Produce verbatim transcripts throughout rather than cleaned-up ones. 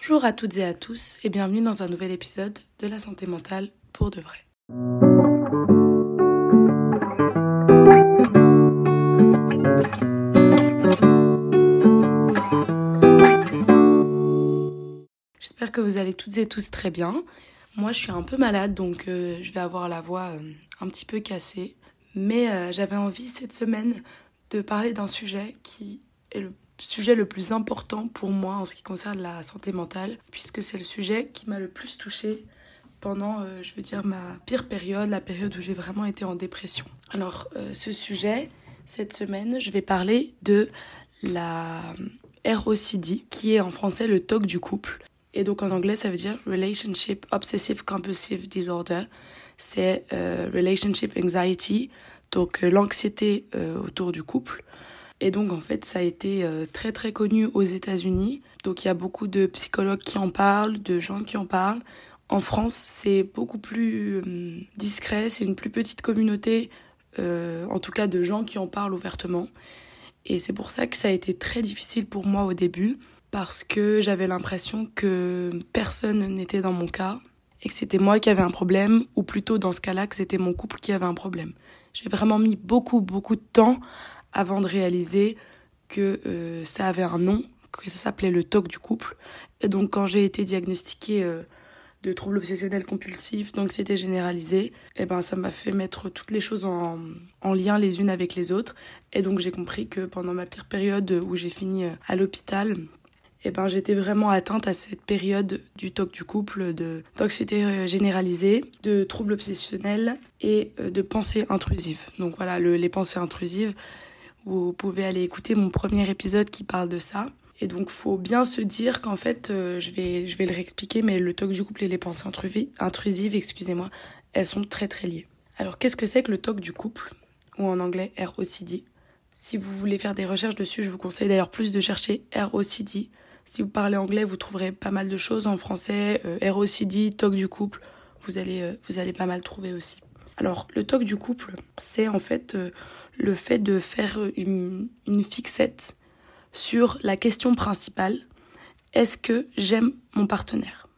Bonjour à toutes et à tous et bienvenue dans un nouvel épisode de la santé mentale pour de vrai. J'espère que vous allez toutes et tous très bien. Moi je suis un peu malade donc euh, je vais avoir la voix euh, un petit peu cassée. Mais euh, j'avais envie cette semaine de parler d'un sujet qui est le sujet le plus important pour moi en ce qui concerne la santé mentale, puisque c'est le sujet qui m'a le plus touchée pendant, euh, je veux dire, ma pire période, la période où j'ai vraiment été en dépression. Alors, euh, ce sujet, cette semaine, je vais parler de la R O C D, qui est en français le T O C du couple. Et donc en anglais, ça veut dire Relationship Obsessive Compulsive Disorder. C'est euh, Relationship Anxiety, donc euh, l'anxiété euh, autour du couple. Et donc, en fait, ça a été euh, très, très connu aux États-Unis. Donc, il y a beaucoup de psychologues qui en parlent, de gens qui en parlent. En France, c'est beaucoup plus euh, discret. C'est une plus petite communauté, euh, en tout cas de gens qui en parlent ouvertement. Et c'est pour ça que ça a été très difficile pour moi au début, parce que j'avais l'impression que personne n'était dans mon cas et que c'était moi qui avais un problème, ou plutôt dans ce cas-là, que c'était mon couple qui avait un problème. J'ai vraiment mis beaucoup, beaucoup de temps avant de réaliser que euh, ça avait un nom, que ça s'appelait le T O C du couple. Et donc quand j'ai été diagnostiquée euh, de troubles obsessionnels compulsifs, d'anxiété généralisée, et ben, ça m'a fait mettre toutes les choses en, en lien les unes avec les autres. Et donc j'ai compris que pendant ma pire période où j'ai fini à l'hôpital, et ben, j'étais vraiment atteinte à cette période du T O C du couple, de, d'anxiété généralisée, de troubles obsessionnels et de pensées intrusives. Donc voilà, le, les pensées intrusives, vous pouvez aller écouter mon premier épisode qui parle de ça. Et donc, faut bien se dire qu'en fait, euh, je vais, je vais le réexpliquer, mais le T O C du couple et les pensées intrusives, intrusives, excusez-moi, elles sont très très liées. Alors, qu'est-ce que c'est que le T O C du couple, ou en anglais R O C D? Si vous voulez faire des recherches dessus, je vous conseille d'ailleurs plus de chercher R O C D. Si vous parlez anglais, vous trouverez pas mal de choses en français. Euh, R O C D, T O C du couple, vous allez, euh, vous allez pas mal trouver aussi. Alors, le T O C du couple, c'est en fait euh, le fait de faire une, une fixette sur la question principale. Est-ce que j'aime mon partenaire?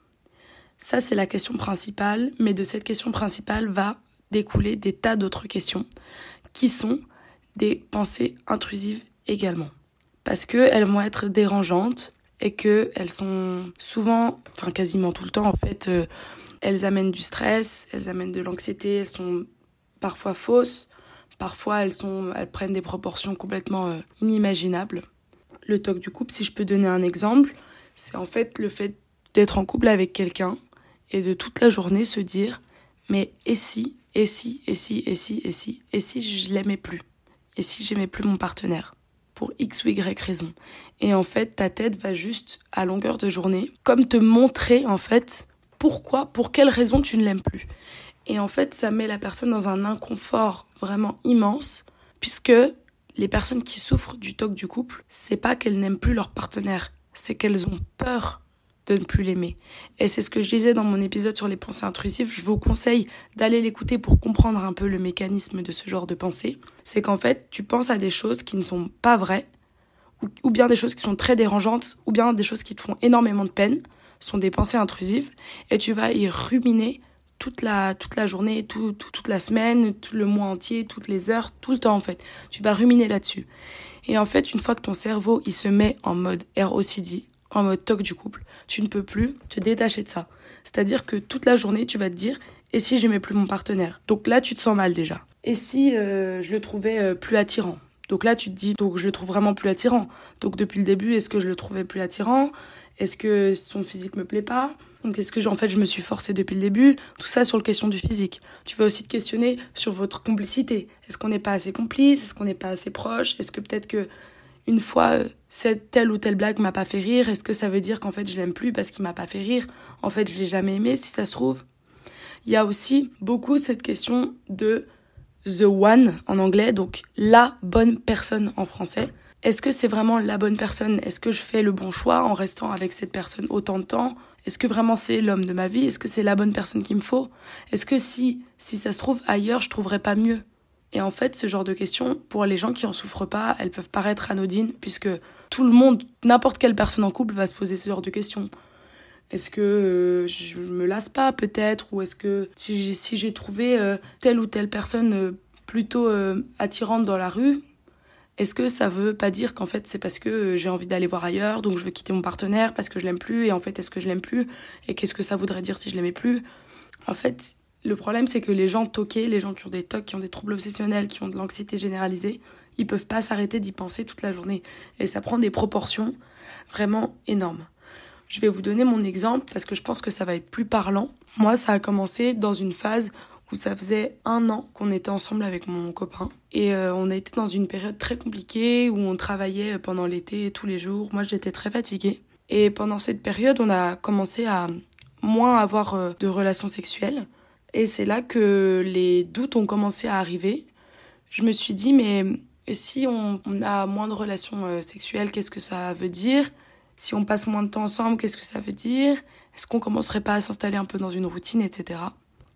Ça, c'est la question principale, mais de cette question principale va découler des tas d'autres questions qui sont des pensées intrusives également. Parce qu'elles vont être dérangeantes et qu'elles sont souvent, enfin quasiment tout le temps en fait, euh, elles amènent du stress, elles amènent de l'anxiété, elles sont parfois fausses, parfois elles, sont, elles prennent des proportions complètement euh, inimaginables. Le T O C du couple, si je peux donner un exemple, c'est en fait le fait d'être en couple avec quelqu'un et de toute la journée se dire « mais et si, et si, et si, et si, et si, et si je l'aimais plus? Et si j'aimais plus mon partenaire ?» Pour X ou Y raison. Et en fait, ta tête va juste, à longueur de journée, comme te montrer en fait pourquoi, pour quelle raison tu ne l'aimes plus. Et en fait, ça met la personne dans un inconfort vraiment immense, puisque les personnes qui souffrent du T O C du couple, c'est pas qu'elles n'aiment plus leur partenaire, c'est qu'elles ont peur de ne plus l'aimer. Et c'est ce que je disais dans mon épisode sur les pensées intrusives, je vous conseille d'aller l'écouter pour comprendre un peu le mécanisme de ce genre de pensée. C'est qu'en fait, tu penses à des choses qui ne sont pas vraies, ou, ou bien des choses qui sont très dérangeantes, ou bien des choses qui te font énormément de peine, sont des pensées intrusives, et tu vas y ruminer toute la, toute la journée, tout, tout, toute la semaine, tout le mois entier, toutes les heures, tout le temps en fait. Tu vas ruminer là-dessus. Et en fait, une fois que ton cerveau il se met en mode R O C D, en mode T O C du couple, tu ne peux plus te détacher de ça. C'est-à-dire que toute la journée, tu vas te dire « et si j'aimais plus mon partenaire ?» Donc là, tu te sens mal déjà. « Et si euh, je le trouvais euh, plus attirant ?» Donc là, tu te dis « donc je le trouve vraiment plus attirant. » Donc depuis le début, est-ce que je le trouvais plus attirant? Est-ce que son physique me plaît pas? Donc est-ce que en fait je me suis forcée depuis le début? Tout ça sur la question du physique. Tu vas aussi te questionner sur votre complicité. Est-ce qu'on n'est pas assez complice? Est-ce qu'on n'est pas assez proche? Est-ce que peut-être que une fois cette telle ou telle blague m'a pas fait rire, est-ce que ça veut dire qu'en fait je l'aime plus parce qu'il m'a pas fait rire? En fait je l'ai jamais aimé si ça se trouve. Il y a aussi beaucoup cette question de the one en anglais, donc la bonne personne en français. Est-ce que c'est vraiment la bonne personne? Est-ce que je fais le bon choix en restant avec cette personne autant de temps? Est-ce que vraiment c'est l'homme de ma vie? Est-ce que c'est la bonne personne qu'il me faut? Est-ce que si, si ça se trouve ailleurs, je trouverais pas mieux? Et en fait, ce genre de questions, pour les gens qui en souffrent pas, elles peuvent paraître anodines, puisque tout le monde, n'importe quelle personne en couple va se poser ce genre de questions. Est-ce que euh, je me lasse pas peut-être? Ou est-ce que si j'ai, si j'ai trouvé euh, telle ou telle personne euh, plutôt euh, attirante dans la rue, est-ce que ça veut pas dire qu'en fait c'est parce que euh, j'ai envie d'aller voir ailleurs, donc je veux quitter mon partenaire parce que je l'aime plus, et en fait est-ce que je l'aime plus? Et qu'est-ce que ça voudrait dire si je l'aimais plus? En fait, le problème c'est que les gens toqués, les gens qui ont des tocs, qui ont des troubles obsessionnels, qui ont de l'anxiété généralisée, ils peuvent pas s'arrêter d'y penser toute la journée. Et ça prend des proportions vraiment énormes. Je vais vous donner mon exemple parce que je pense que ça va être plus parlant. Moi, ça a commencé dans une phase où ça faisait un an qu'on était ensemble avec mon copain. Et euh, on a été dans une période très compliquée où on travaillait pendant l'été tous les jours. Moi, j'étais très fatiguée. Et pendant cette période, on a commencé à moins avoir euh, de relations sexuelles. Et c'est là que les doutes ont commencé à arriver. Je me suis dit, mais si on, on a moins de relations euh, sexuelles, qu'est-ce que ça veut dire ? Si on passe moins de temps ensemble, qu'est-ce que ça veut dire? Est-ce qu'on commencerait pas à s'installer un peu dans une routine, et cetera.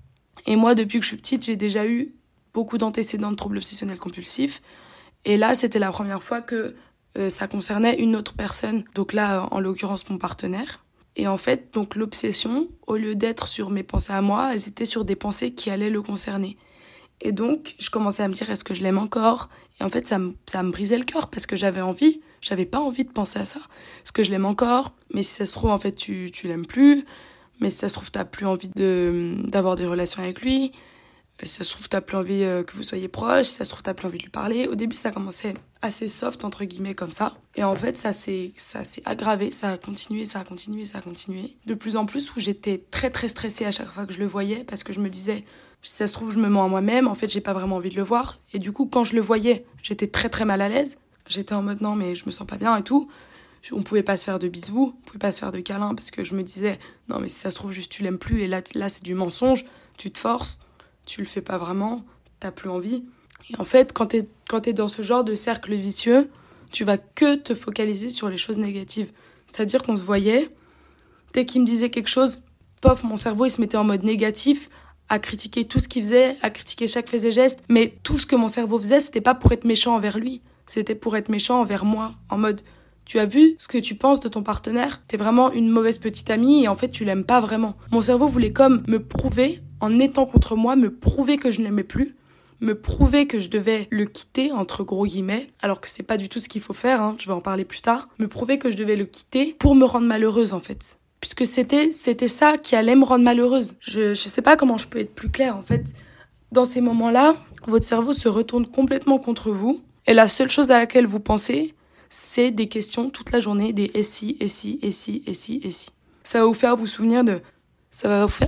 Et moi, depuis que je suis petite, j'ai déjà eu beaucoup d'antécédents de troubles obsessionnels compulsifs. Et là, c'était la première fois que euh, ça concernait une autre personne. Donc là, en l'occurrence, mon partenaire. Et en fait, donc l'obsession, au lieu d'être sur mes pensées à moi, elles étaient sur des pensées qui allaient le concerner. Et donc, je commençais à me dire, est-ce que je l'aime encore? Et en fait, ça me, ça me brisait le cœur parce que j'avais envie, j'avais pas envie de penser à ça. Est-ce que je l'aime encore? Mais si ça se trouve, en fait, tu, tu l'aimes plus. Mais si ça se trouve, t'as plus envie de, d'avoir des relations avec lui. Si ça se trouve, t'as plus envie euh, que vous soyez proches. Si ça se trouve, t'as plus envie de lui parler. Au début, ça commençait assez soft, entre guillemets, comme ça. Et en fait, ça s'est, ça s'est aggravé, ça a continué, ça a continué, ça a continué. De plus en plus, où j'étais très, très stressée à chaque fois que je le voyais parce que je me disais... Si ça se trouve, je me mens à moi-même. En fait, j'ai pas vraiment envie de le voir. Et du coup, quand je le voyais, j'étais très très mal à l'aise. J'étais en mode non, mais je me sens pas bien et tout. On pouvait pas se faire de bisous, on pouvait pas se faire de câlins parce que je me disais non, mais si ça se trouve, juste tu l'aimes plus. Et là, là c'est du mensonge. Tu te forces, tu le fais pas vraiment, t'as plus envie. Et en fait, quand t'es, quand t'es dans ce genre de cercle vicieux, tu vas que te focaliser sur les choses négatives. C'est-à-dire qu'on se voyait, dès qu'il me disait quelque chose, pof, mon cerveau il se mettait en mode négatif, à critiquer tout ce qu'il faisait, à critiquer chaque fait et geste. Mais tout ce que mon cerveau faisait, c'était pas pour être méchant envers lui. C'était pour être méchant envers moi. En mode, tu as vu ce que tu penses de ton partenaire? T'es vraiment une mauvaise petite amie et en fait, tu l'aimes pas vraiment. Mon cerveau voulait comme me prouver, en étant contre moi, me prouver que je ne l'aimais plus, me prouver que je devais le quitter, entre gros guillemets, alors que c'est pas du tout ce qu'il faut faire, hein, je vais en parler plus tard. Me prouver que je devais le quitter pour me rendre malheureuse, en fait. Puisque c'était, c'était ça qui allait me rendre malheureuse. Je, je sais pas comment je peux être plus claire, en fait. Dans ces moments-là, votre cerveau se retourne complètement contre vous. Et la seule chose à laquelle vous pensez, c'est des questions toute la journée, des et si, et si, et si, et si, et si. Ça va vous faire vous souvenir de... Ça va vous faire,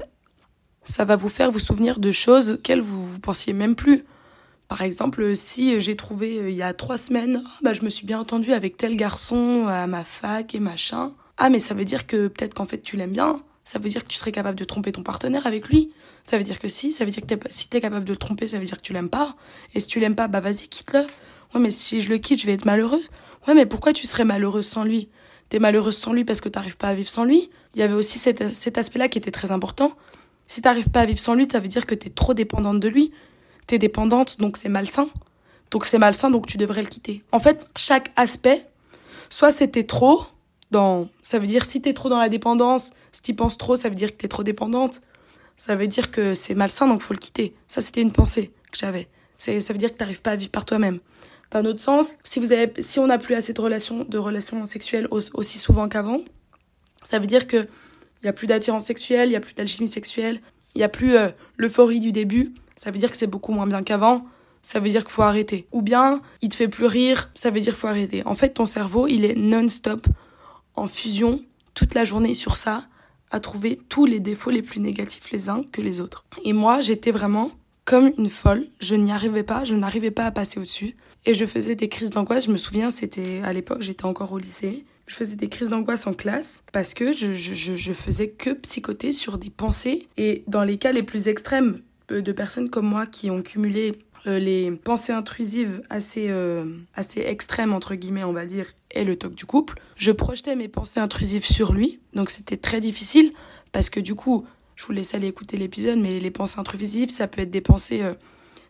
ça va vous faire vous souvenir de choses auxquelles vous, vous pensiez même plus. Par exemple, si j'ai trouvé euh, il y a trois semaines, oh, bah, je me suis bien entendue avec tel garçon à ma fac et machin... Ah, mais ça veut dire que peut-être qu'en fait tu l'aimes bien. Ça veut dire que tu serais capable de tromper ton partenaire avec lui. Ça veut dire que si, ça veut dire que t'es, si t'es capable de le tromper, ça veut dire que tu l'aimes pas. Et si tu l'aimes pas, bah vas-y, quitte-le. Ouais, mais si je le quitte, je vais être malheureuse. Ouais, mais pourquoi tu serais malheureuse sans lui? T'es malheureuse sans lui parce que t'arrives pas à vivre sans lui. Il y avait aussi cet, cet aspect-là qui était très important. Si t'arrives pas à vivre sans lui, ça veut dire que t'es trop dépendante de lui. T'es dépendante, donc c'est malsain. Donc c'est malsain, donc tu devrais le quitter. En fait, chaque aspect, soit c'était trop... Dans... Ça veut dire si t'es trop dans la dépendance, si t'y penses trop, ça veut dire que t'es trop dépendante. Ça veut dire que c'est malsain, donc faut le quitter. Ça, c'était une pensée que j'avais. C'est, ça veut dire que t'arrives pas à vivre par toi-même. D'un autre sens, si, vous avez, si on n'a plus assez de relations, de relations sexuelles aussi souvent qu'avant, ça veut dire qu'il n'y a plus d'attirance sexuelle, il n'y a plus d'alchimie sexuelle, il n'y a plus euh, l'euphorie du début. Ça veut dire que c'est beaucoup moins bien qu'avant. Ça veut dire qu'il faut arrêter. Ou bien, il te fait plus rire, ça veut dire qu'il faut arrêter. En fait, ton cerveau, il est non-stop en fusion toute la journée sur ça, à trouver tous les défauts les plus négatifs les uns que les autres. Et moi, j'étais vraiment comme une folle. Je n'y arrivais pas, je n'arrivais pas à passer au-dessus. Et je faisais des crises d'angoisse. Je me souviens, c'était à l'époque, j'étais encore au lycée. Je faisais des crises d'angoisse en classe parce que je, je, je faisais que psychoter sur des pensées. Et dans les cas les plus extrêmes de personnes comme moi qui ont cumulé Euh, les pensées intrusives assez, euh, assez extrêmes, entre guillemets, on va dire, et le toc du couple, je projetais mes pensées intrusives sur lui. Donc c'était très difficile parce que du coup, je vous laisse aller écouter l'épisode, mais les pensées intrusives, ça peut être des pensées... Euh,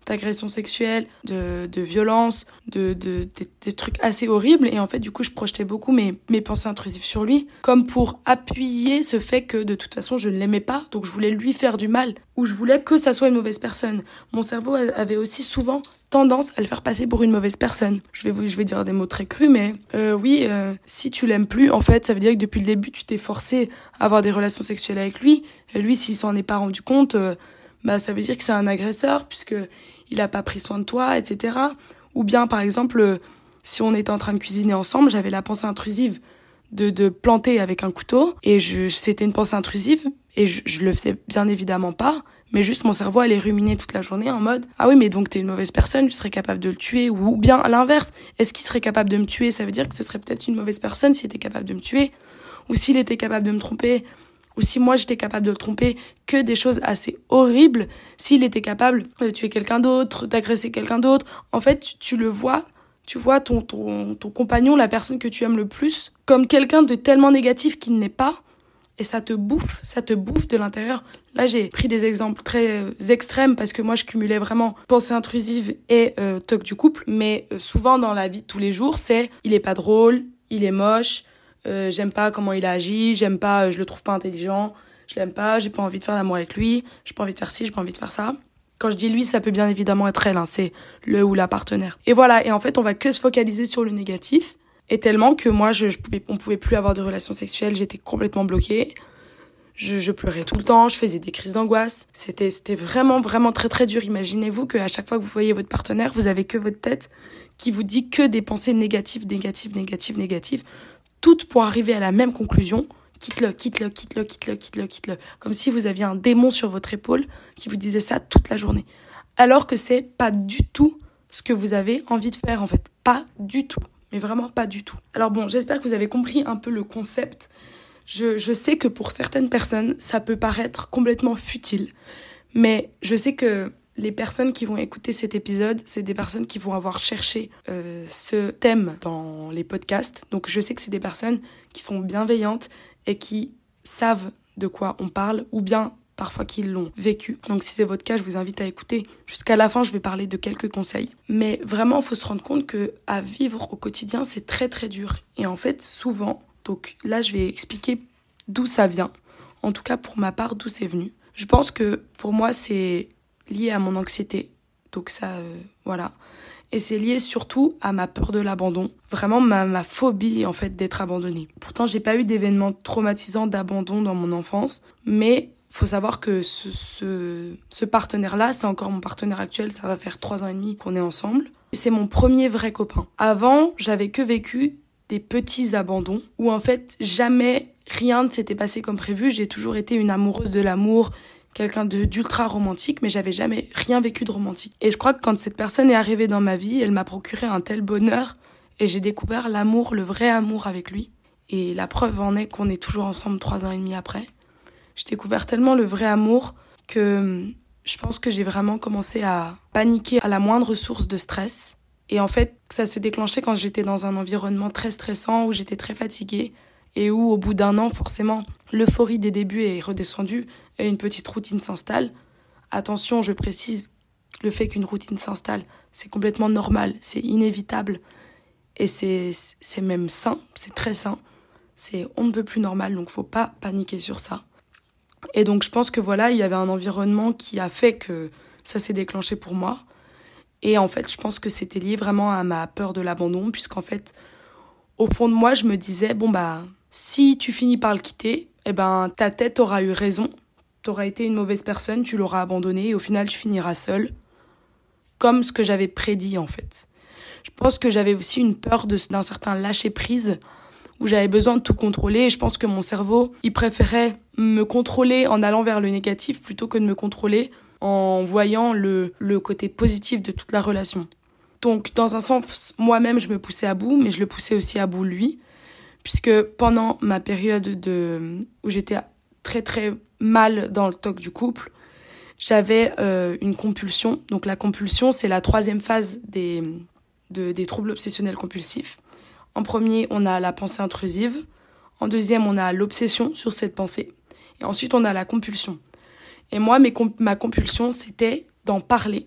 d'agressions sexuelles, de, de violences, de, de, de, des trucs assez horribles. Et en fait, du coup, je projetais beaucoup mes, mes pensées intrusives sur lui, comme pour appuyer ce fait que de toute façon, je ne l'aimais pas. Donc, je voulais lui faire du mal, ou je voulais que ça soit une mauvaise personne. Mon cerveau avait aussi souvent tendance à le faire passer pour une mauvaise personne. Je vais, vous, je vais dire des mots très crus, mais euh, oui, euh, si tu l'aimes plus, en fait, ça veut dire que depuis le début, tu t'es forcé à avoir des relations sexuelles avec lui. Et lui, s'il s'en est pas rendu compte... Euh, bah ça veut dire que c'est un agresseur puisque il a pas pris soin de toi, et cetera. Ou bien par exemple, si on était en train de cuisiner ensemble, j'avais la pensée intrusive de de planter avec un couteau et je c'était une pensée intrusive et je, je le faisais bien évidemment pas, mais juste mon cerveau allait ruminer toute la journée en mode ah oui mais donc t'es une mauvaise personne, tu serais capable de le tuer, ou bien à l'inverse, est-ce qu'il serait capable de me tuer, ça veut dire que ce serait peut-être une mauvaise personne s'il était capable de me tuer, ou s'il était capable de me tromper. Ou si moi j'étais capable de le tromper, que des choses assez horribles, s'il était capable de tuer quelqu'un d'autre, d'agresser quelqu'un d'autre. En fait, tu, tu le vois, tu vois ton, ton, ton compagnon, la personne que tu aimes le plus, comme quelqu'un de tellement négatif qu'il n'est pas, et ça te bouffe, ça te bouffe de l'intérieur. Là, j'ai pris des exemples très extrêmes parce que moi, je cumulais vraiment pensée intrusive et euh, toc du couple, mais euh, souvent dans la vie de tous les jours, c'est il est pas drôle, il est moche, Euh, j'aime pas comment il agit, j'aime pas, je le trouve pas intelligent, je l'aime pas, j'ai pas envie de faire l'amour avec lui, j'ai pas envie de faire ci, j'ai pas envie de faire ça. Quand je dis lui, ça peut bien évidemment être elle, hein, c'est le ou la partenaire. Et voilà, et en fait, on va que se focaliser sur le négatif, et tellement que moi, je, je pouvais, on pouvait plus avoir de relations sexuelles, j'étais complètement bloquée. Je, je pleurais tout le temps, je faisais des crises d'angoisse. C'était, c'était vraiment, vraiment très, très dur. Imaginez-vous qu'à chaque fois que vous voyez votre partenaire, vous avez que votre tête qui vous dit que des pensées négatives, négatives, négatives, négatives. Toutes pour arriver à la même conclusion, quitte-le, quitte-le, quitte-le, quitte-le, quitte-le, quitte-le. Comme si vous aviez un démon sur votre épaule qui vous disait ça toute la journée. Alors que c'est pas du tout ce que vous avez envie de faire en fait. Pas du tout. Mais vraiment pas du tout. Alors bon, j'espère que vous avez compris un peu le concept. Je, je sais que pour certaines personnes, ça peut paraître complètement futile. Mais je sais que les personnes qui vont écouter cet épisode, c'est des personnes qui vont avoir cherché euh, ce thème dans les podcasts. Donc je sais que c'est des personnes qui sont bienveillantes et qui savent de quoi on parle, ou bien parfois qu'ils l'ont vécu. Donc si c'est votre cas, je vous invite à écouter. Jusqu'à la fin, je vais parler de quelques conseils. Mais vraiment, il faut se rendre compte que à vivre au quotidien, c'est très très dur. Et en fait, souvent, donc là, je vais expliquer d'où ça vient. En tout cas, pour ma part, d'où c'est venu. Je pense que pour moi, c'est lié à mon anxiété, donc ça, euh, voilà. Et c'est lié surtout à ma peur de l'abandon, vraiment ma, ma phobie en fait d'être abandonnée. Pourtant, j'ai pas eu d'événements traumatisants d'abandon dans mon enfance, mais faut savoir que ce, ce, ce partenaire-là, c'est encore mon partenaire actuel, ça va faire trois ans et demi qu'on est ensemble. C'est mon premier vrai copain. Avant, j'avais que vécu des petits abandons, où en fait, jamais rien ne s'était passé comme prévu. J'ai toujours été une amoureuse de l'amour, quelqu'un de, d'ultra romantique, mais j'avais jamais rien vécu de romantique. Et je crois que quand cette personne est arrivée dans ma vie, elle m'a procuré un tel bonheur, et j'ai découvert l'amour, le vrai amour avec lui. Et la preuve en est qu'on est toujours ensemble trois ans et demi après. J'ai découvert tellement le vrai amour que je pense que j'ai vraiment commencé à paniquer à la moindre source de stress. Et en fait, ça s'est déclenché quand j'étais dans un environnement très stressant, où j'étais très fatiguée, et où au bout d'un an, forcément, l'euphorie des débuts est redescendue et une petite routine s'installe. Attention, je précise, le fait qu'une routine s'installe, c'est complètement normal, c'est inévitable et c'est, c'est même sain, c'est très sain. C'est on ne peut plus normal, donc faut pas paniquer sur ça. Et donc je pense que voilà, il y avait un environnement qui a fait que ça s'est déclenché pour moi. Et en fait, je pense que c'était lié vraiment à ma peur de l'abandon, puisqu'en fait, au fond de moi, je me disais, bon bah, si tu finis par le quitter, eh ben, ta tête aura eu raison. T'auras été une mauvaise personne, tu l'auras abandonné et au final, tu finiras seule. Comme ce que j'avais prédit, en fait. Je pense que j'avais aussi une peur de, d'un certain lâcher-prise où j'avais besoin de tout contrôler. Et je pense que mon cerveau, il préférait me contrôler en allant vers le négatif plutôt que de me contrôler en voyant le, le côté positif de toute la relation. Donc, dans un sens, moi-même, je me poussais à bout, mais je le poussais aussi à bout lui. Puisque pendant ma période de, où j'étais très très mal dans le toc du couple, j'avais euh, une compulsion. Donc la compulsion, c'est la troisième phase des, de, des troubles obsessionnels compulsifs. En premier, on a la pensée intrusive. En deuxième, on a l'obsession sur cette pensée. Et ensuite, on a la compulsion. Et moi, mes comp- ma compulsion, c'était d'en parler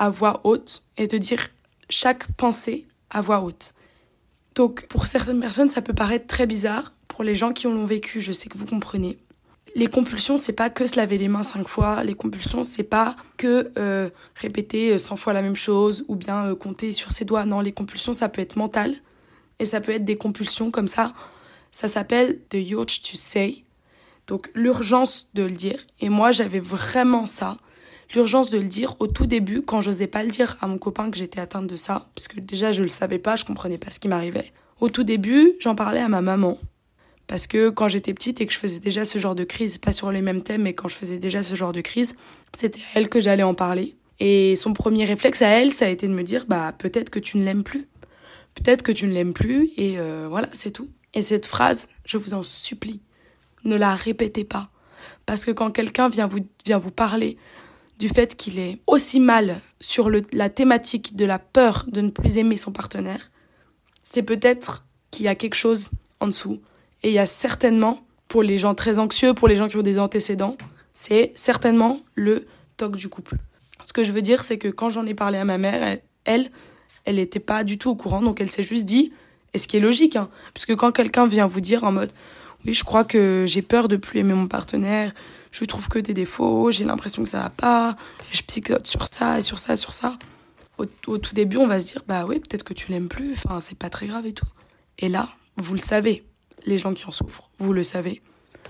à voix haute et te dire chaque pensée à voix haute. Donc, pour certaines personnes, ça peut paraître très bizarre. Pour les gens qui l'ont vécu, je sais que vous comprenez. Les compulsions, c'est pas que se laver les mains cinq fois. Les compulsions, c'est pas que euh, répéter cent fois la même chose ou bien euh, compter sur ses doigts. Non, les compulsions, ça peut être mental et ça peut être des compulsions comme ça. Ça s'appelle the urge to say. Donc, l'urgence de le dire. Et moi, j'avais vraiment ça. L'urgence de le dire au tout début, quand j'osais pas le dire à mon copain que j'étais atteinte de ça, parce que déjà je le savais pas, je comprenais pas ce qui m'arrivait. Au tout début, j'en parlais à ma maman, parce que quand j'étais petite et que je faisais déjà ce genre de crise, pas sur les mêmes thèmes, mais quand je faisais déjà ce genre de crise, c'était à elle que j'allais en parler. Et son premier réflexe à elle, ça a été de me dire, bah peut-être que tu ne l'aimes plus, peut-être que tu ne l'aimes plus, et euh, voilà, c'est tout. Et cette phrase, je vous en supplie, ne la répétez pas, parce que quand quelqu'un vient vous vient vous parler du fait qu'il est aussi mal sur le, la thématique de la peur de ne plus aimer son partenaire, c'est peut-être qu'il y a quelque chose en dessous. Et il y a certainement, pour les gens très anxieux, pour les gens qui ont des antécédents, c'est certainement le toc du couple. Ce que je veux dire, c'est que quand j'en ai parlé à ma mère, elle, elle n'était pas du tout au courant, donc elle s'est juste dit, et ce qui est logique, hein, puisque quand quelqu'un vient vous dire en mode « oui, je crois que j'ai peur de plus aimer mon partenaire », je trouve que des défauts, j'ai l'impression que ça va pas, je psychote sur ça et sur ça et sur ça. Au, au tout début, on va se dire, bah oui, peut-être que tu l'aimes plus, enfin, c'est pas très grave et tout. Et là, vous le savez, les gens qui en souffrent, vous le savez.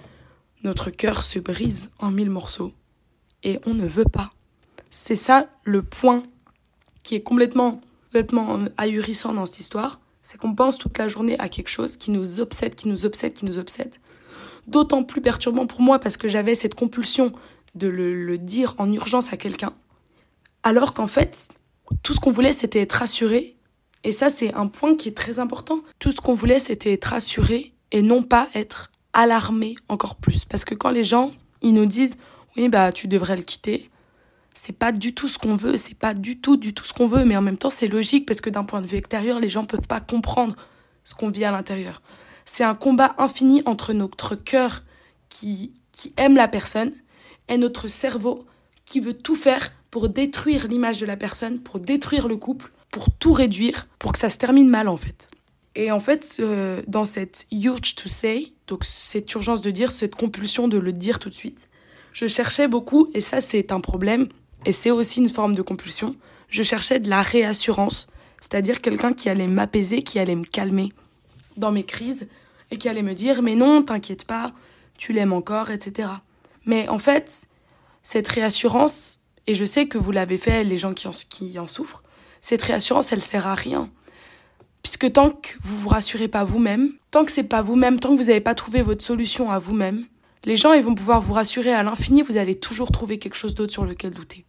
Notre cœur se brise en mille morceaux et on ne veut pas. C'est ça le point qui est complètement, complètement ahurissant dans cette histoire, c'est qu'on pense toute la journée à quelque chose qui nous obsède, qui nous obsède, qui nous obsède. D'autant plus perturbant pour moi parce que j'avais cette compulsion de le, le dire en urgence à quelqu'un. Alors qu'en fait, tout ce qu'on voulait, c'était être rassuré. Et ça, c'est un point qui est très important. Tout ce qu'on voulait, c'était être rassuré et non pas être alarmé encore plus. Parce que quand les gens, ils nous disent « oui, bah tu devrais le quitter », c'est pas du tout ce qu'on veut, c'est pas du tout, du tout ce qu'on veut. Mais en même temps, c'est logique parce que d'un point de vue extérieur, les gens peuvent pas comprendre ce qu'on vit à l'intérieur. C'est un combat infini entre notre cœur qui, qui aime la personne et notre cerveau qui veut tout faire pour détruire l'image de la personne, pour détruire le couple, pour tout réduire, pour que ça se termine mal en fait. Et en fait, euh, dans cette urge to say, donc cette urgence de dire, cette compulsion de le dire tout de suite, je cherchais beaucoup, et ça c'est un problème, et c'est aussi une forme de compulsion, je cherchais de la réassurance, c'est-à-dire quelqu'un qui allait m'apaiser, qui allait me calmer dans mes crises et qui allait me dire « mais non, t'inquiète pas, tu l'aimes encore, et cetera » Mais en fait, cette réassurance, et je sais que vous l'avez fait, les gens qui en, qui en souffrent, cette réassurance, elle sert à rien. Puisque tant que vous vous rassurez pas vous-même, tant que c'est pas vous-même, tant que vous n'avez pas trouvé votre solution à vous-même, les gens ils vont pouvoir vous rassurer à l'infini, vous allez toujours trouver quelque chose d'autre sur lequel douter.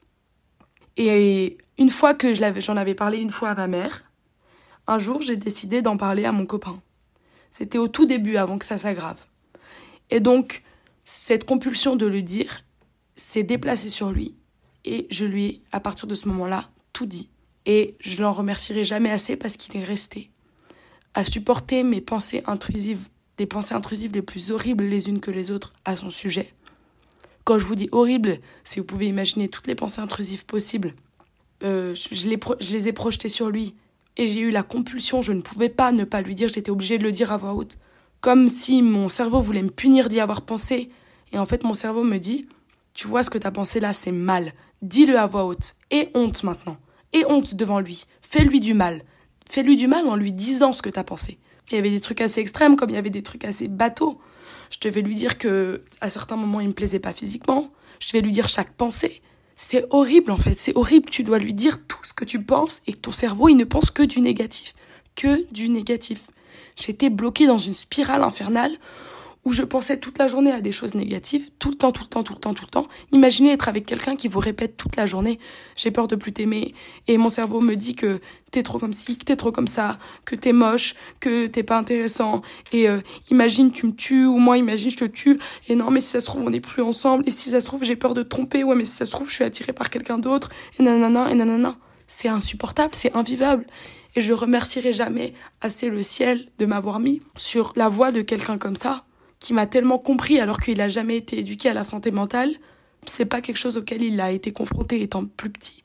Et une fois que je l'avais, j'en avais parlé une fois à ma mère, un jour j'ai décidé d'en parler à mon copain. C'était au tout début, avant que ça s'aggrave. Et donc, cette compulsion de le dire s'est déplacée sur lui. Et je lui ai, à partir de ce moment-là, tout dit. Et je l'en remercierai jamais assez parce qu'il est resté à supporter mes pensées intrusives, des pensées intrusives les plus horribles les unes que les autres à son sujet. Quand je vous dis horrible, si vous pouvez imaginer toutes les pensées intrusives possibles, euh, je, les pro- je les ai projetées sur lui. Et j'ai eu la compulsion, je ne pouvais pas ne pas lui dire, j'étais obligée de le dire à voix haute. Comme si mon cerveau voulait me punir d'y avoir pensé. Et en fait, mon cerveau me dit, tu vois ce que t'as pensé là, c'est mal. Dis-le à voix haute. Et honte maintenant. Et honte devant lui. Fais-lui du mal. Fais-lui du mal en lui disant ce que t'as pensé. Il y avait des trucs assez extrêmes, comme il y avait des trucs assez bateaux. Je devais lui dire que, à certains moments, il me plaisait pas physiquement. Je devais lui dire chaque pensée. C'est horrible, en fait. C'est horrible. Tu dois lui dire tout ce que tu penses et ton cerveau, il ne pense que du négatif. Que du négatif. J'étais bloquée dans une spirale infernale où je pensais toute la journée à des choses négatives, tout le temps, tout le temps, tout le temps, tout le temps. Imaginez être avec quelqu'un qui vous répète toute la journée « j'ai peur de plus t'aimer » et mon cerveau me dit que t'es trop comme ci, que t'es trop comme ça, que t'es moche, que t'es pas intéressant et euh, imagine tu me tues ou moi imagine je te tue et non mais si ça se trouve on n'est plus ensemble et si ça se trouve j'ai peur de te tromper, ouais mais si ça se trouve je suis attirée par quelqu'un d'autre et nanana et nanana. C'est insupportable, c'est invivable. Et je remercierai jamais assez le ciel de m'avoir mis sur la voie de quelqu'un comme ça, qui m'a tellement compris alors qu'il a jamais été éduqué à la santé mentale. C'est pas quelque chose auquel il a été confronté étant plus petit.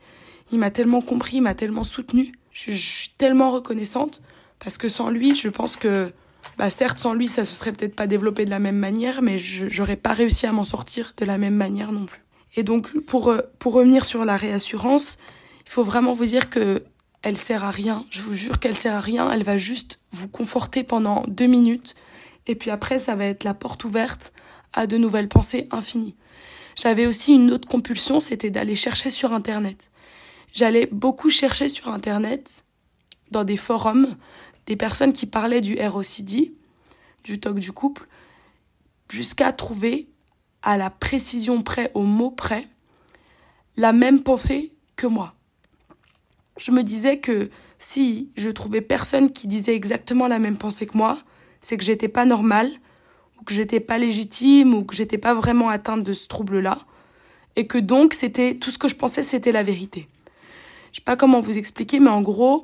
Il m'a tellement compris, il m'a tellement soutenue. Je, je suis tellement reconnaissante parce que sans lui, je pense que, bah certes, sans lui, ça se serait peut-être pas développé de la même manière, mais je, j'aurais pas réussi à m'en sortir de la même manière non plus. Et donc, pour, pour revenir sur la réassurance, il faut vraiment vous dire que elle sert à rien. Je vous jure qu'elle sert à rien. Elle va juste vous conforter pendant deux minutes. Et puis après, ça va être la porte ouverte à de nouvelles pensées infinies. J'avais aussi une autre compulsion, c'était d'aller chercher sur Internet. J'allais beaucoup chercher sur Internet, dans des forums, des personnes qui parlaient du R O C D, du T O C du couple, jusqu'à trouver, à la précision près, au mot près, la même pensée que moi. Je me disais que si je trouvais personne qui disait exactement la même pensée que moi, c'est que j'étais pas normale, ou que j'étais pas légitime, ou que j'étais pas vraiment atteinte de ce trouble-là, et que donc c'était tout ce que je pensais, c'était la vérité. Je sais pas comment vous expliquer, mais en gros,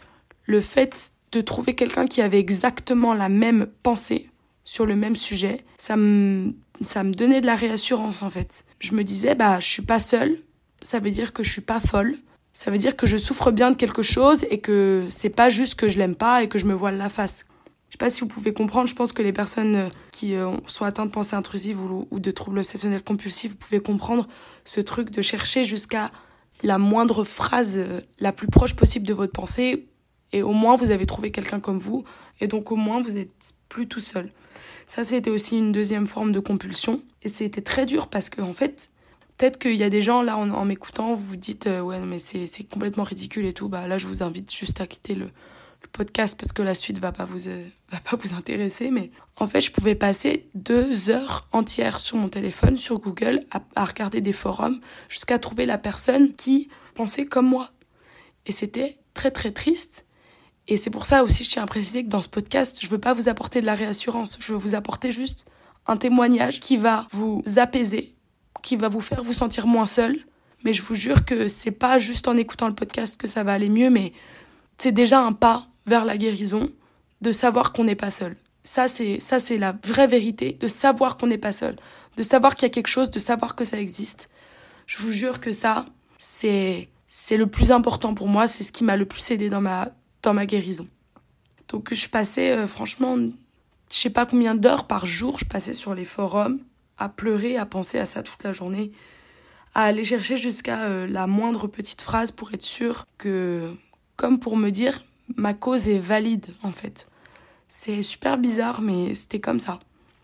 le fait de trouver quelqu'un qui avait exactement la même pensée sur le même sujet, ça me ça me donnait de la réassurance en fait. Je me disais bah je suis pas seule, ça veut dire que je suis pas folle. Ça veut dire que je souffre bien de quelque chose et que c'est pas juste que je l'aime pas et que je me voile la face. Je sais pas si vous pouvez comprendre, je pense que les personnes qui sont atteintes de pensées intrusives ou de troubles obsessionnels compulsifs, vous pouvez comprendre ce truc de chercher jusqu'à la moindre phrase la plus proche possible de votre pensée et au moins vous avez trouvé quelqu'un comme vous et donc au moins vous êtes plus tout seul. Ça, c'était aussi une deuxième forme de compulsion et c'était très dur parce que en fait, peut-être qu'il y a des gens, là, en, en m'écoutant, vous vous dites euh, « Ouais, mais c'est, c'est complètement ridicule et tout. » Bah là, je vous invite juste à quitter le, le podcast parce que la suite va pas vous, euh, va pas vous intéresser. Mais en fait, je pouvais passer deux heures entières sur mon téléphone, sur Google, à, à regarder des forums jusqu'à trouver la personne qui pensait comme moi. Et c'était très, très triste. Et c'est pour ça aussi, je tiens à préciser que dans ce podcast, je veux pas vous apporter de la réassurance. Je veux vous apporter juste un témoignage qui va vous apaiser, qui va vous faire vous sentir moins seul. Mais je vous jure que c'est pas juste en écoutant le podcast que ça va aller mieux, mais c'est déjà un pas vers la guérison de savoir qu'on n'est pas seul. Ça, c'est, ça, c'est la vraie vérité, de savoir qu'on n'est pas seul, de savoir qu'il y a quelque chose, de savoir que ça existe. Je vous jure que ça, c'est, c'est le plus important pour moi, c'est ce qui m'a le plus aidé dans ma, dans ma guérison. Donc je passais, euh, franchement, je sais pas combien d'heures par jour, je passais sur les forums, à pleurer, à penser à ça toute la journée, à aller chercher jusqu'à euh, la moindre petite phrase pour être sûre que, comme pour me dire, ma cause est valide, en fait. C'est super bizarre, mais c'était comme ça.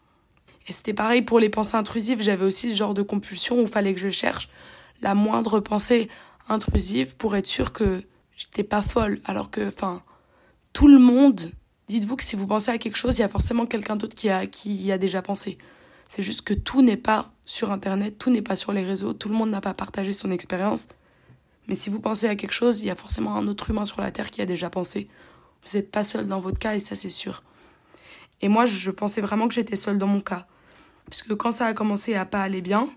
Et c'était pareil pour les pensées intrusives, j'avais aussi ce genre de compulsion où il fallait que je cherche la moindre pensée intrusive pour être sûre que j'étais pas folle, alors que, enfin, tout le monde, dites-vous que si vous pensez à quelque chose, il y a forcément quelqu'un d'autre qui a, qui y a déjà pensé. C'est juste que tout n'est pas sur Internet, tout n'est pas sur les réseaux, tout le monde n'a pas partagé son expérience. Mais si vous pensez à quelque chose, il y a forcément un autre humain sur la Terre qui a déjà pensé. Vous n'êtes pas seul dans votre cas et ça, c'est sûr. Et moi, je pensais vraiment que j'étais seule dans mon cas. Parce que quand ça a commencé à pas aller bien,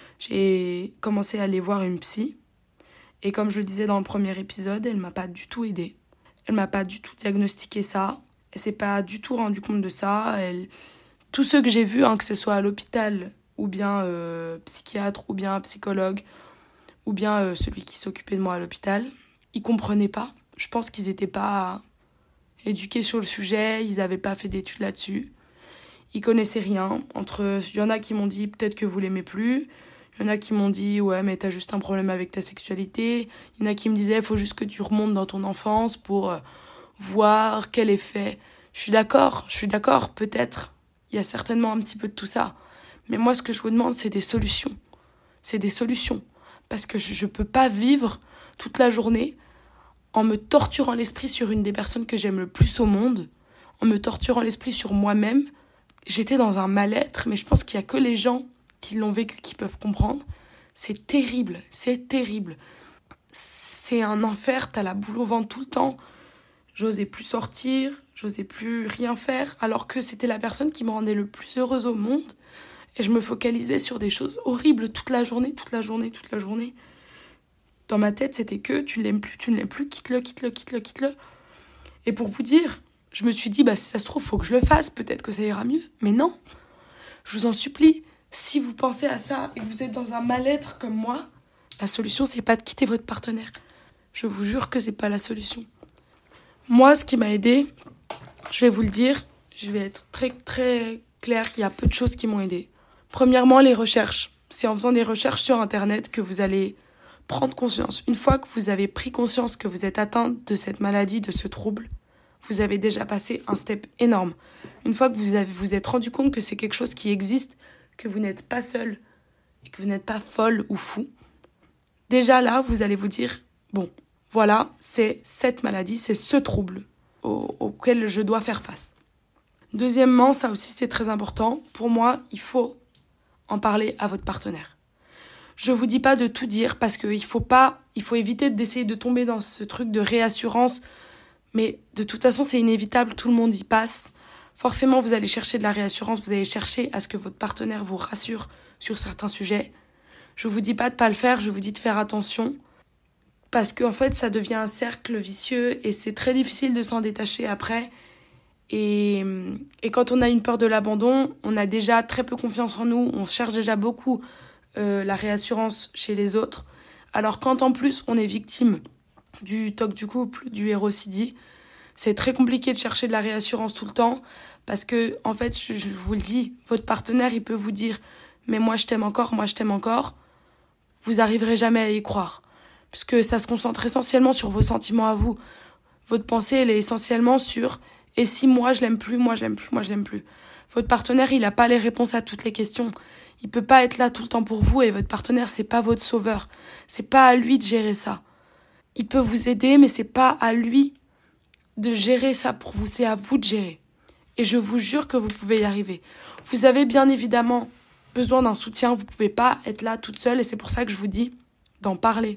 j'ai commencé à aller voir une psy. Et comme je le disais dans le premier épisode, elle m'a pas du tout aidée. Elle m'a pas du tout diagnostiqué ça. Elle s'est pas du tout rendue compte de ça. Elle... Tous ceux que j'ai vus, hein, que ce soit à l'hôpital, ou bien euh, psychiatre, ou bien psychologue, ou bien euh, celui qui s'occupait de moi à l'hôpital, ils comprenaient pas. Je pense qu'ils étaient pas éduqués sur le sujet, ils avaient pas fait d'études là-dessus. Ils connaissaient rien. Entre, il y en a qui m'ont dit peut-être que vous l'aimez plus. Il y en a qui m'ont dit ouais mais t'as juste un problème avec ta sexualité. Il y en a qui me disaient faut juste que tu remontes dans ton enfance pour euh, voir quel effet. Je suis d'accord, je suis d'accord, peut-être. Il y a certainement un petit peu de tout ça. Mais moi ce que je vous demande c'est des solutions. C'est des solutions. Parce que je, je peux pas vivre toute la journée en me torturant l'esprit sur une des personnes que j'aime le plus au monde, en me torturant l'esprit sur moi-même. J'étais dans un mal-être, mais je pense qu'il y a que les gens qui l'ont vécu, qui peuvent comprendre. C'est terrible, c'est terrible. C'est un enfer, t'as la boule au ventre tout le temps. J'osais plus sortir, j'osais plus rien faire, alors que c'était la personne qui me rendait le plus heureuse au monde. Et je me focalisais sur des choses horribles toute la journée, toute la journée, toute la journée. Dans ma tête, c'était que tu ne l'aimes plus, tu ne l'aimes plus, quitte-le, quitte-le, quitte-le, quitte-le. Et pour vous dire, je me suis dit, bah si ça se trouve, faut que je le fasse, peut-être que ça ira mieux. Mais non, je vous en supplie. Si vous pensez à ça et que vous êtes dans un mal-être comme moi, la solution, c'est pas de quitter votre partenaire. Je vous jure que c'est pas la solution. Moi, ce qui m'a aidé, je vais vous le dire, je vais être très très claire, il y a peu de choses qui m'ont aidé. Premièrement, les recherches. C'est en faisant des recherches sur Internet que vous allez prendre conscience. Une fois que vous avez pris conscience que vous êtes atteint de cette maladie, de ce trouble, vous avez déjà passé un step énorme. Une fois que vous avez, vous êtes rendu compte que c'est quelque chose qui existe, que vous n'êtes pas seul et que vous n'êtes pas folle ou fou, déjà là, vous allez vous dire, bon, voilà, c'est cette maladie, c'est ce trouble au, auquel je dois faire face. Deuxièmement, ça aussi c'est très important, pour moi, il faut en parler à votre partenaire. Je vous dis pas de tout dire parce qu'il faut pas, il faut éviter d'essayer de tomber dans ce truc de réassurance, mais de toute façon c'est inévitable, tout le monde y passe. Forcément vous allez chercher de la réassurance, vous allez chercher à ce que votre partenaire vous rassure sur certains sujets. Je vous dis pas de pas le faire, je vous dis de faire attention parce qu'en fait ça devient un cercle vicieux et c'est très difficile de s'en détacher après. Et, et quand on a une peur de l'abandon, on a déjà très peu confiance en nous, on cherche déjà beaucoup euh, la réassurance chez les autres. Alors quand en plus on est victime du toc du couple, du R O C D, c'est très compliqué de chercher de la réassurance tout le temps parce que, en fait, je, je vous le dis, votre partenaire, il peut vous dire « mais moi je t'aime encore, moi je t'aime encore », vous arriverez jamais à y croire puisque ça se concentre essentiellement sur vos sentiments à vous. Votre pensée, elle est essentiellement sur « et si moi je l'aime plus, moi je l'aime plus, moi je l'aime plus ». Votre partenaire, il n'a pas les réponses à toutes les questions. Il peut pas être là tout le temps pour vous et votre partenaire, c'est pas votre sauveur. C'est pas à lui de gérer ça. Il peut vous aider, mais c'est pas à lui de gérer ça pour vous, c'est à vous de gérer. Et je vous jure que vous pouvez y arriver. Vous avez bien évidemment besoin d'un soutien, vous pouvez pas être là toute seule et c'est pour ça que je vous dis d'en parler.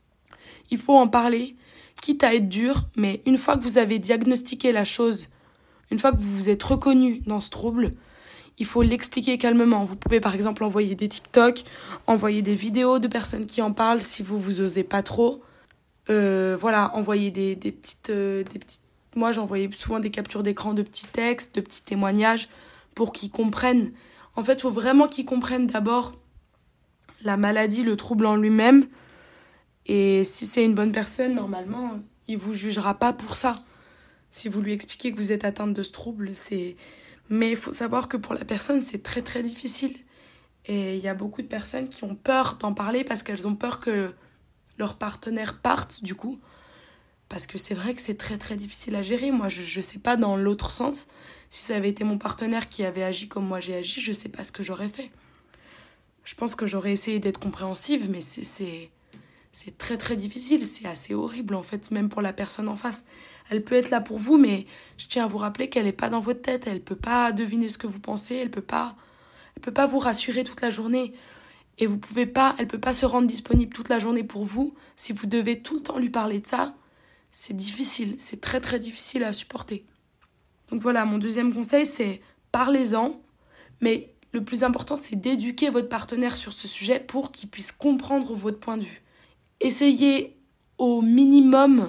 Il faut en parler, quitte à être dur, mais une fois que vous avez diagnostiqué la chose, une fois que vous vous êtes reconnu dans ce trouble, il faut l'expliquer calmement. Vous pouvez par exemple envoyer des TikTok, envoyer des vidéos de personnes qui en parlent si vous vous osez pas trop. Euh, voilà, envoyer des, des petites, euh, des petites... Moi, j'envoyais souvent des captures d'écran de petits textes, de petits témoignages pour qu'ils comprennent. En fait, il faut vraiment qu'ils comprennent d'abord la maladie, le trouble en lui-même. Et si c'est une bonne personne, normalement, il vous jugera pas pour ça. Si vous lui expliquez que vous êtes atteinte de ce trouble, c'est... Mais il faut savoir que pour la personne, c'est très très difficile. Et il y a beaucoup de personnes qui ont peur d'en parler parce qu'elles ont peur que leur partenaire parte, du coup. Parce que c'est vrai que c'est très très difficile à gérer. Moi, je ne sais pas dans l'autre sens. Si ça avait été mon partenaire qui avait agi comme moi j'ai agi, je ne sais pas ce que j'aurais fait. Je pense que j'aurais essayé d'être compréhensive, mais c'est, c'est, c'est très très difficile. C'est assez horrible, en fait, même pour la personne en face. Elle peut être là pour vous, mais je tiens à vous rappeler qu'elle n'est pas dans votre tête. Elle ne peut pas deviner ce que vous pensez. Elle ne peut pas, elle peut pas vous rassurer toute la journée. Et vous pouvez pas, elle peut pas se rendre disponible toute la journée pour vous. Si vous devez tout le temps lui parler de ça, c'est difficile, c'est très très difficile à supporter. Donc voilà, mon deuxième conseil, c'est parlez-en, mais le plus important, c'est d'éduquer votre partenaire sur ce sujet pour qu'il puisse comprendre votre point de vue. Essayez au minimum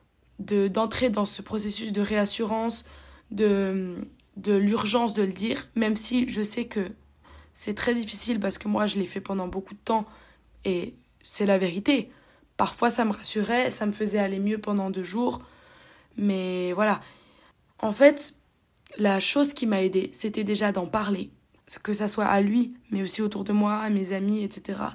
de, d'entrer dans ce processus de réassurance, de, de l'urgence de le dire, même si je sais que c'est très difficile parce que moi, je l'ai fait pendant beaucoup de temps et c'est la vérité. Parfois, ça me rassurait, ça me faisait aller mieux pendant deux jours. Mais voilà. En fait, la chose qui m'a aidée, c'était déjà d'en parler. Que ça soit à lui, mais aussi autour de moi, à mes amis, et cetera.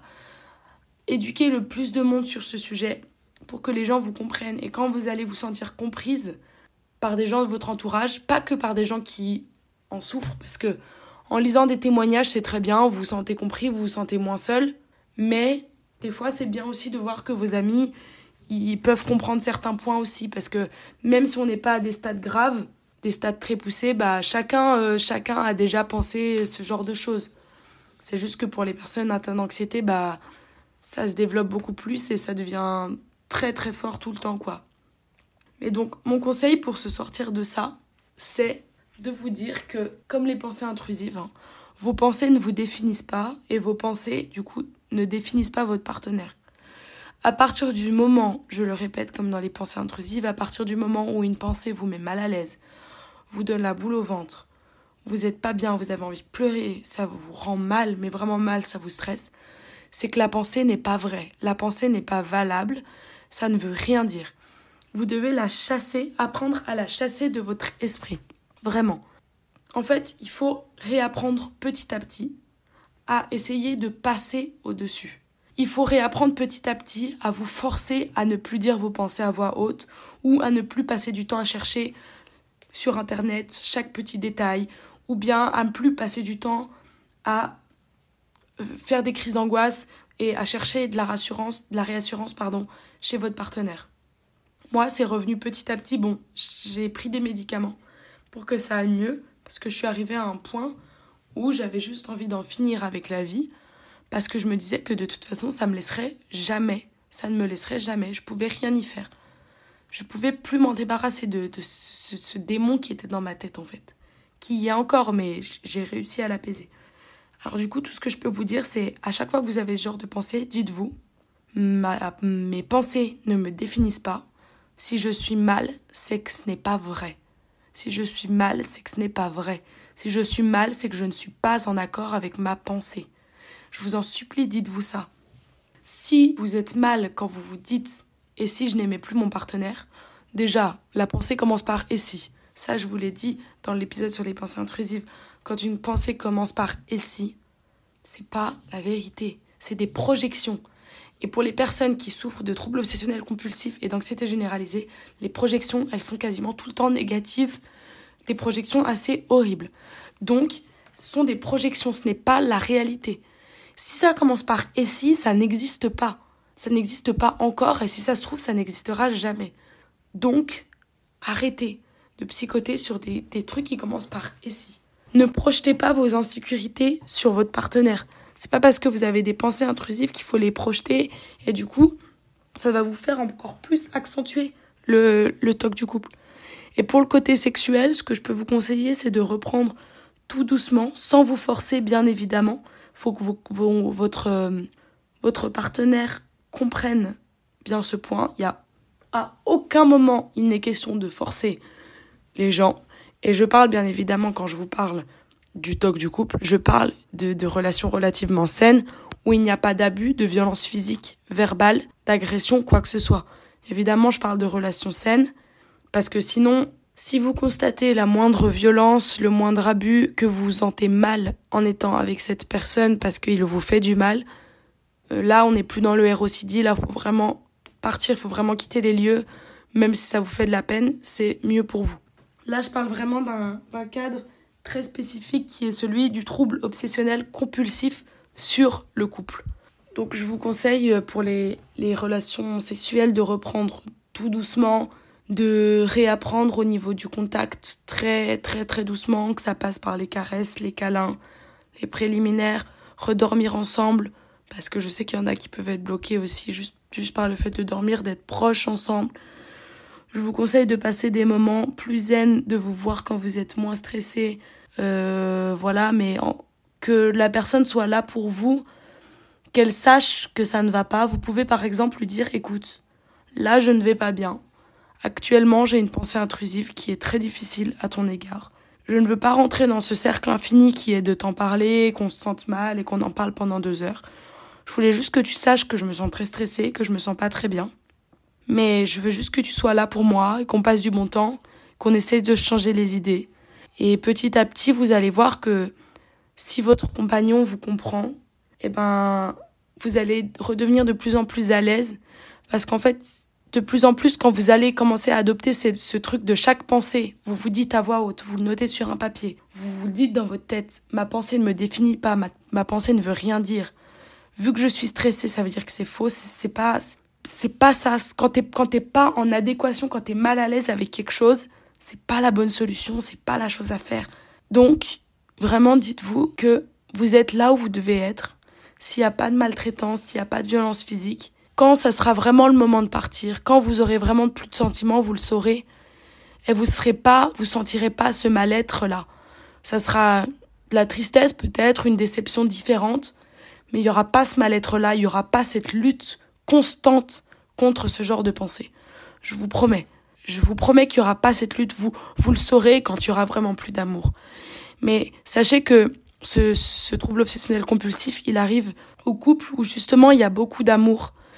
Éduquer le plus de monde sur ce sujet pour que les gens vous comprennent. Et quand vous allez vous sentir comprise par des gens de votre entourage, pas que par des gens qui en souffrent, parce que en lisant des témoignages, c'est très bien, vous vous sentez compris, vous vous sentez moins seul. Mais des fois, c'est bien aussi de voir que vos amis, ils peuvent comprendre certains points aussi. Parce que même si on n'est pas à des stades graves, des stades très poussés, bah, chacun, euh, chacun a déjà pensé ce genre de choses. C'est juste que pour les personnes atteintes d'anxiété, bah, ça se développe beaucoup plus et ça devient très très fort tout le temps, quoi. Mais donc, mon conseil pour se sortir de ça, c'est de vous dire que, comme les pensées intrusives, hein, vos pensées ne vous définissent pas et vos pensées, du coup, ne définissent pas votre partenaire. À partir du moment, je le répète comme dans les pensées intrusives, à partir du moment où une pensée vous met mal à l'aise, vous donne la boule au ventre, vous n'êtes pas bien, vous avez envie de pleurer, ça vous rend mal, mais vraiment mal, ça vous stresse, c'est que la pensée n'est pas vraie, la pensée n'est pas valable, ça ne veut rien dire. Vous devez la chasser, apprendre à la chasser de votre esprit. Vraiment. En fait, il faut réapprendre petit à petit à essayer de passer au-dessus. Il faut réapprendre petit à petit à vous forcer à ne plus dire vos pensées à voix haute ou à ne plus passer du temps à chercher sur Internet chaque petit détail ou bien à ne plus passer du temps à faire des crises d'angoisse et à chercher de la rassurance, de la réassurance, pardon, chez votre partenaire. Moi, c'est revenu petit à petit. Bon, j'ai pris des médicaments pour que ça aille mieux parce que je suis arrivée à un point où j'avais juste envie d'en finir avec la vie parce que je me disais que de toute façon, ça me laisserait jamais. Ça ne me laisserait jamais. Je pouvais rien y faire. Je pouvais plus m'en débarrasser de, de ce, ce démon qui était dans ma tête, en fait. Qui y est encore, mais j'ai réussi à l'apaiser. Alors du coup, tout ce que je peux vous dire, c'est à chaque fois que vous avez ce genre de pensée, dites-vous, ma, mes pensées ne me définissent pas. Si je suis mal, c'est que ce n'est pas vrai. Si je suis mal, c'est que ce n'est pas vrai. Si je suis mal, c'est que je ne suis pas en accord avec ma pensée. Je vous en supplie, dites-vous ça. Si vous êtes mal quand vous vous dites « et si je n'aimais plus mon partenaire », déjà, la pensée commence par « et si ». Ça, je vous l'ai dit dans l'épisode sur les pensées intrusives. Quand une pensée commence par « et si », c'est pas la vérité. C'est des projections. Et pour les personnes qui souffrent de troubles obsessionnels compulsifs et d'anxiété généralisée, les projections, elles sont quasiment tout le temps négatives. Des projections assez horribles. Donc, ce sont des projections, ce n'est pas la réalité. Si ça commence par « et si », ça n'existe pas. Ça n'existe pas encore et si ça se trouve, ça n'existera jamais. Donc, arrêtez de psychoter sur des, des trucs qui commencent par « et si ». Ne projetez pas vos insécurités sur votre partenaire. C'est pas parce que vous avez des pensées intrusives qu'il faut les projeter et du coup, ça va vous faire encore plus accentuer le, le toc du couple. Et pour le côté sexuel, ce que je peux vous conseiller, c'est de reprendre tout doucement, sans vous forcer, bien évidemment. Il faut que vos, vos, votre, euh, votre partenaire comprenne bien ce point. Il y a à aucun moment, il n'est question de forcer les gens. Et je parle bien évidemment, quand je vous parle du toc du couple, je parle de, de relations relativement saines où il n'y a pas d'abus, de violence physique, verbale, d'agression, quoi que ce soit. Évidemment, je parle de relations saines parce que sinon, si vous constatez la moindre violence, le moindre abus, que vous vous sentez mal en étant avec cette personne parce qu'il vous fait du mal, euh, là, on n'est plus dans le R O C D, là, il faut vraiment partir, il faut vraiment quitter les lieux, même si ça vous fait de la peine, c'est mieux pour vous. Là, je parle vraiment d'un, d'un cadre très spécifique qui est celui du trouble obsessionnel compulsif sur le couple. Donc, je vous conseille pour les, les relations sexuelles de reprendre tout doucement, de réapprendre au niveau du contact très, très, très doucement, que ça passe par les caresses, les câlins, les préliminaires, redormir ensemble, parce que je sais qu'il y en a qui peuvent être bloqués aussi juste, juste par le fait de dormir, d'être proches ensemble. Je vous conseille de passer des moments plus zen, de vous voir quand vous êtes moins stressé, euh, voilà, mais en, que la personne soit là pour vous, qu'elle sache que ça ne va pas. Vous pouvez par exemple lui dire « Écoute, là je ne vais pas bien. Actuellement, j'ai une pensée intrusive qui est très difficile à ton égard. Je ne veux pas rentrer dans ce cercle infini qui est de t'en parler, qu'on se sente mal et qu'on en parle pendant deux heures. Je voulais juste que tu saches que je me sens très stressée, que je me sens pas très bien. Mais je veux juste que tu sois là pour moi et qu'on passe du bon temps, qu'on essaye de changer les idées. Et petit à petit, vous allez voir que si votre compagnon vous comprend, eh ben, vous allez redevenir de plus en plus à l'aise. Parce qu'en fait, de plus en plus, quand vous allez commencer à adopter ce, ce truc de chaque pensée, vous vous dites à voix haute, vous le notez sur un papier, vous vous le dites dans votre tête, ma pensée ne me définit pas, ma, ma pensée ne veut rien dire. Vu que je suis stressée, ça veut dire que c'est faux, c'est, c'est pas... C'est pas ça. Quand t'es, quand t'es pas en adéquation, quand t'es mal à l'aise avec quelque chose, c'est pas la bonne solution, c'est pas la chose à faire. Donc, vraiment, dites-vous que vous êtes là où vous devez être. S'il y a pas de maltraitance, s'il y a pas de violence physique, quand ça sera vraiment le moment de partir, quand vous aurez vraiment plus de sentiments, vous le saurez. Et vous serez pas, vous sentirez pas ce mal-être-là. Ça sera de la tristesse peut-être, une déception différente, mais il y aura pas ce mal-être-là, il y aura pas cette lutte constante contre ce genre de pensée. Je vous promets. Je vous promets qu'il n'y aura pas cette lutte. Vous, vous le saurez quand il y aura vraiment plus d'amour. Mais sachez que ce, ce trouble obsessionnel compulsif, il arrive au couple où justement il y a beaucoup d'amour,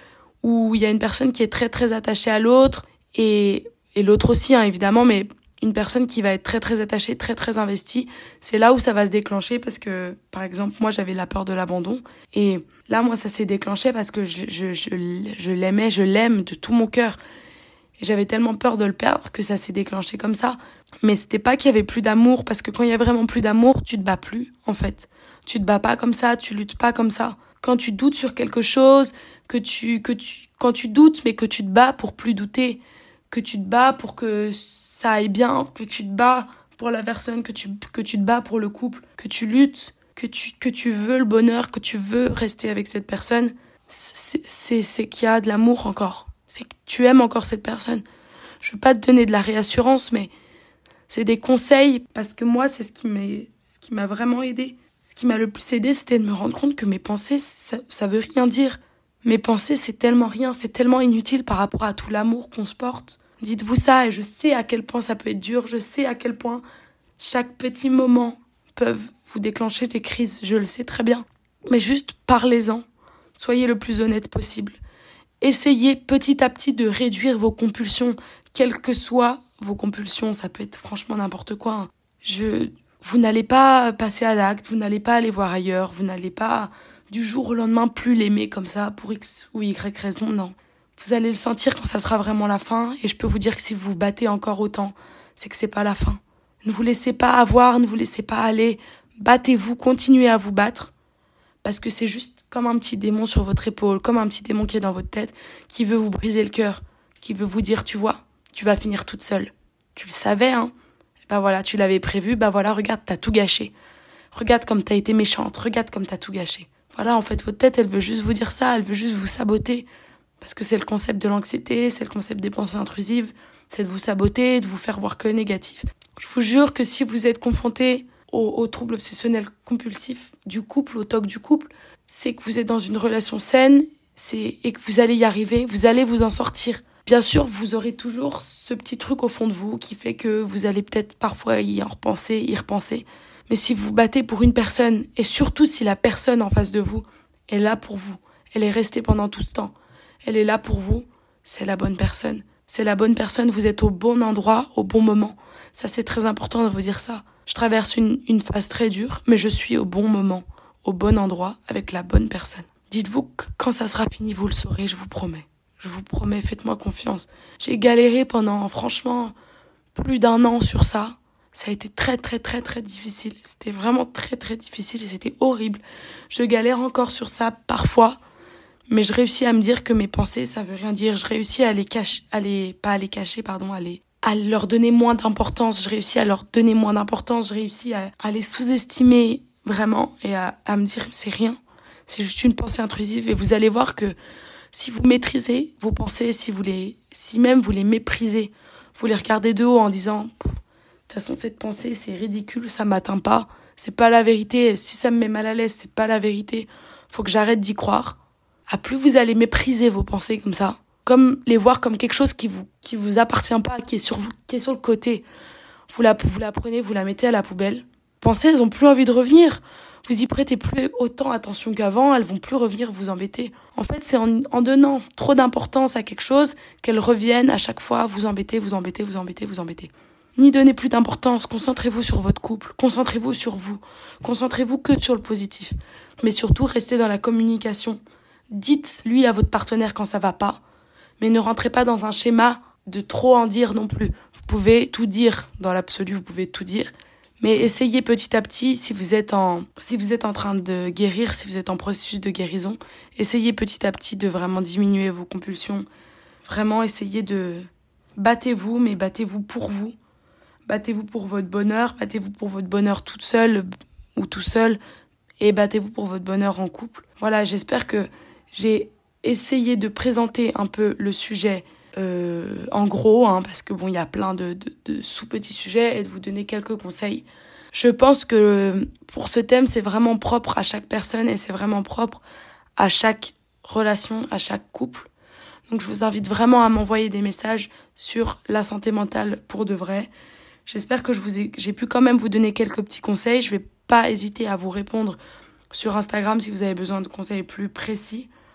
où il y a une personne qui est très très attachée à l'autre, et, et l'autre aussi, hein, évidemment, mais une personne qui va être très très attachée, très très investie, c'est là où ça va se déclencher parce que, par exemple, moi j'avais la peur de l'abandon, et là, moi, ça s'est déclenché parce que je, je, je, je l'aimais, je l'aime de tout mon cœur. Et j'avais tellement peur de le perdre que ça s'est déclenché comme ça. Mais c'était pas qu'il y avait plus d'amour, parce que quand il y a vraiment plus d'amour, tu te bats plus, en fait. Tu te bats pas comme ça, tu luttes pas comme ça. Quand tu doutes sur quelque chose, que tu, que tu, quand tu doutes, mais que tu te bats pour plus douter, que tu te bats pour que ça aille bien, que tu te bats pour la personne, que tu, que tu te bats pour le couple, que tu luttes, que tu, que tu veux le bonheur, que tu veux rester avec cette personne, c'est, c'est, c'est qu'il y a de l'amour encore. C'est que tu aimes encore cette personne. Je veux pas te donner de la réassurance, mais c'est des conseils, parce que moi, c'est ce qui m'a, ce qui m'a vraiment aidé. Ce qui m'a le plus aidé, c'était de me rendre compte que mes pensées, ça, ça veut rien dire. Mes pensées, c'est tellement rien, c'est tellement inutile par rapport à tout l'amour qu'on se porte. Dites-vous ça, et je sais à quel point ça peut être dur, je sais à quel point chaque petit moment peut vous déclencher des crises, je le sais très bien. Mais juste parlez-en, soyez le plus honnête possible. Essayez petit à petit de réduire vos compulsions, quelles que soient vos compulsions, ça peut être franchement n'importe quoi. Hein. Je, vous n'allez pas passer à l'acte, vous n'allez pas aller voir ailleurs, vous n'allez pas du jour au lendemain plus l'aimer comme ça pour X ou Y raison, non. Vous allez le sentir quand ça sera vraiment la fin, et je peux vous dire que si vous vous battez encore autant, c'est que c'est pas la fin. Ne vous laissez pas avoir, ne vous laissez pas aller, battez-vous, continuez à vous battre, parce que c'est juste comme un petit démon sur votre épaule, comme un petit démon qui est dans votre tête, qui veut vous briser le cœur, qui veut vous dire, tu vois, tu vas finir toute seule. Tu le savais, hein. Et ben voilà, tu l'avais prévu, ben voilà, regarde, t'as tout gâché. Regarde comme t'as été méchante, regarde comme t'as tout gâché. Voilà, en fait, votre tête, elle veut juste vous dire ça, elle veut juste vous saboter. Parce que c'est le concept de l'anxiété, c'est le concept des pensées intrusives, c'est de vous saboter, de vous faire voir que négatif. Je vous jure que si vous êtes confronté au, au trouble obsessionnel compulsif du couple, au T O C du couple, c'est que vous êtes dans une relation saine, c'est, et que vous allez y arriver, vous allez vous en sortir. Bien sûr, vous aurez toujours ce petit truc au fond de vous qui fait que vous allez peut-être parfois y en repenser, y repenser. Mais si vous vous battez pour une personne, et surtout si la personne en face de vous est là pour vous, elle est restée pendant tout ce temps, elle est là pour vous, c'est la bonne personne. C'est la bonne personne, vous êtes au bon endroit, au bon moment. Ça, c'est très important de vous dire ça. Je traverse une, une phase très dure, mais je suis au bon moment, au bon endroit, avec la bonne personne. Dites-vous que quand ça sera fini, vous le saurez, je vous promets. Je vous promets, faites-moi confiance. J'ai galéré pendant, franchement, plus d'un an sur ça. Ça a été très, très, très, très difficile. C'était vraiment très, très difficile et c'était horrible. Je galère encore sur ça, parfois. Mais je réussis à me dire que mes pensées, ça veut rien dire. Je réussis à les cacher, à les, pas à les cacher, pardon, à les, à leur donner moins d'importance. Je réussis à leur donner moins d'importance. Je réussis à, à les sous-estimer vraiment et à, à me dire c'est rien. C'est juste une pensée intrusive. Et vous allez voir que si vous maîtrisez vos pensées, si vous les, si même vous les méprisez, vous les regardez de haut en disant, de toute façon, cette pensée, c'est ridicule, ça m'atteint pas. C'est pas la vérité. Si ça me met mal à l'aise, c'est pas la vérité. Faut que j'arrête d'y croire. À plus vous allez mépriser vos pensées comme ça, comme les voir comme quelque chose qui vous qui vous appartient pas, qui est sur vous, qui est sur le côté. Vous la vous la prenez, vous la mettez à la poubelle. Pensez, elles ont plus envie de revenir. Vous y prêtez plus autant attention qu'avant, elles vont plus revenir vous embêter. En fait, c'est en, en donnant trop d'importance à quelque chose qu'elles reviennent à chaque fois vous embêter, vous embêter, vous embêter, vous embêter. N'y donnez plus d'importance, concentrez-vous sur votre couple, concentrez-vous sur vous, concentrez-vous que sur le positif. Mais surtout, restez dans la communication. Dites-lui à votre partenaire quand ça va pas, mais ne rentrez pas dans un schéma de trop en dire non plus. Vous pouvez tout dire, dans l'absolu, vous pouvez tout dire, mais essayez petit à petit, si vous êtes en, si vous êtes en train de guérir, si vous êtes en processus de guérison, essayez petit à petit de vraiment diminuer vos compulsions. Vraiment, essayez de... Battez-vous, mais battez-vous pour vous. Battez-vous pour votre bonheur, battez-vous pour votre bonheur toute seule ou tout seul, et battez-vous pour votre bonheur en couple. Voilà, j'espère que j'ai essayé de présenter un peu le sujet euh, en gros, hein, parce que bon, il y a plein de, de, de sous-petits sujets, et de vous donner quelques conseils. Je pense que pour ce thème, c'est vraiment propre à chaque personne et c'est vraiment propre à chaque relation, à chaque couple. Donc je vous invite vraiment à m'envoyer des messages sur la santé mentale pour de vrai. J'espère que je vous ai, j'ai pu quand même vous donner quelques petits conseils. Je vais pas hésiter à vous répondre sur Instagram si vous avez besoin de conseils plus précis.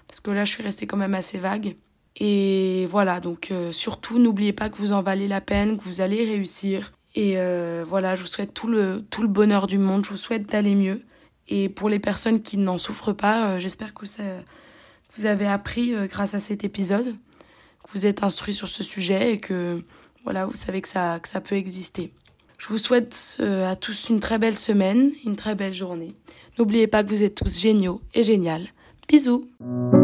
parce que là, je suis restée quand même assez vague. Et voilà, donc euh, surtout, n'oubliez pas que vous en valez la peine, que vous allez réussir. Et euh, voilà, je vous souhaite tout le, tout le bonheur du monde, je vous souhaite d'aller mieux. Et pour les personnes qui n'en souffrent pas, euh, j'espère que ça, vous avez appris euh, grâce à cet épisode, que vous êtes instruits sur ce sujet et que voilà, vous savez que ça, que ça peut exister. Je vous souhaite euh, à tous une très belle semaine, une très belle journée. N'oubliez pas que vous êtes tous géniaux et géniales. Bisous!